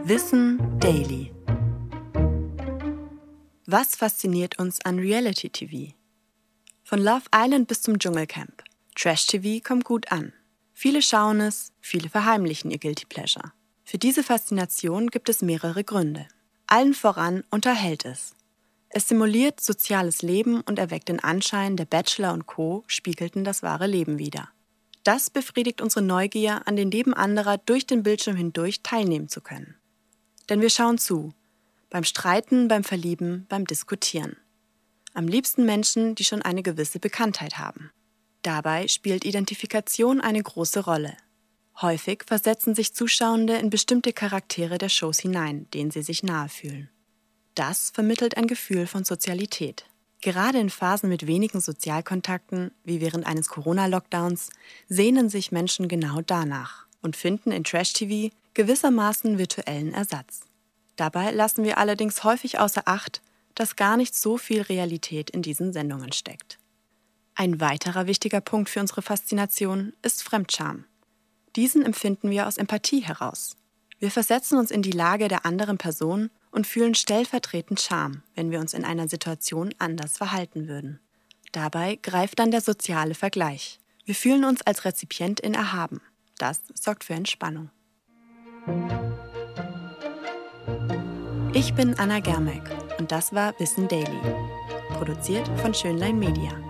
Wissen Daily. Was fasziniert uns an Reality-TV? Von Love Island bis zum Dschungelcamp. Trash-TV kommt gut an. Viele schauen es, viele verheimlichen ihr Guilty Pleasure. Für diese Faszination gibt es mehrere Gründe. Allen voran unterhält es. Es simuliert soziales Leben und erweckt den Anschein, der Bachelor und Co. spiegelten das wahre Leben wider. Das befriedigt unsere Neugier, an den Leben anderer durch den Bildschirm hindurch teilnehmen zu können. Denn wir schauen zu. Beim Streiten, beim Verlieben, beim Diskutieren. Am liebsten Menschen, die schon eine gewisse Bekanntheit haben. Dabei spielt Identifikation eine große Rolle. Häufig versetzen sich Zuschauende in bestimmte Charaktere der Shows hinein, denen sie sich nahe fühlen. Das vermittelt ein Gefühl von Sozialität. Gerade in Phasen mit wenigen Sozialkontakten, wie während eines Corona-Lockdowns, sehnen sich Menschen genau danach und finden in Trash-TV gewissermaßen virtuellen Ersatz. Dabei lassen wir allerdings häufig außer Acht, dass gar nicht so viel Realität in diesen Sendungen steckt. Ein weiterer wichtiger Punkt für unsere Faszination ist Fremdscham. Diesen empfinden wir aus Empathie heraus. Wir versetzen uns in die Lage der anderen Person und fühlen stellvertretend Scham, wenn wir uns in einer Situation anders verhalten würden. Dabei greift dann der soziale Vergleich. Wir fühlen uns als Rezipientin erhaben. Das sorgt für Entspannung. Ich bin Anna Germeck und das war Wissen Daily, produziert von Schönlein Media.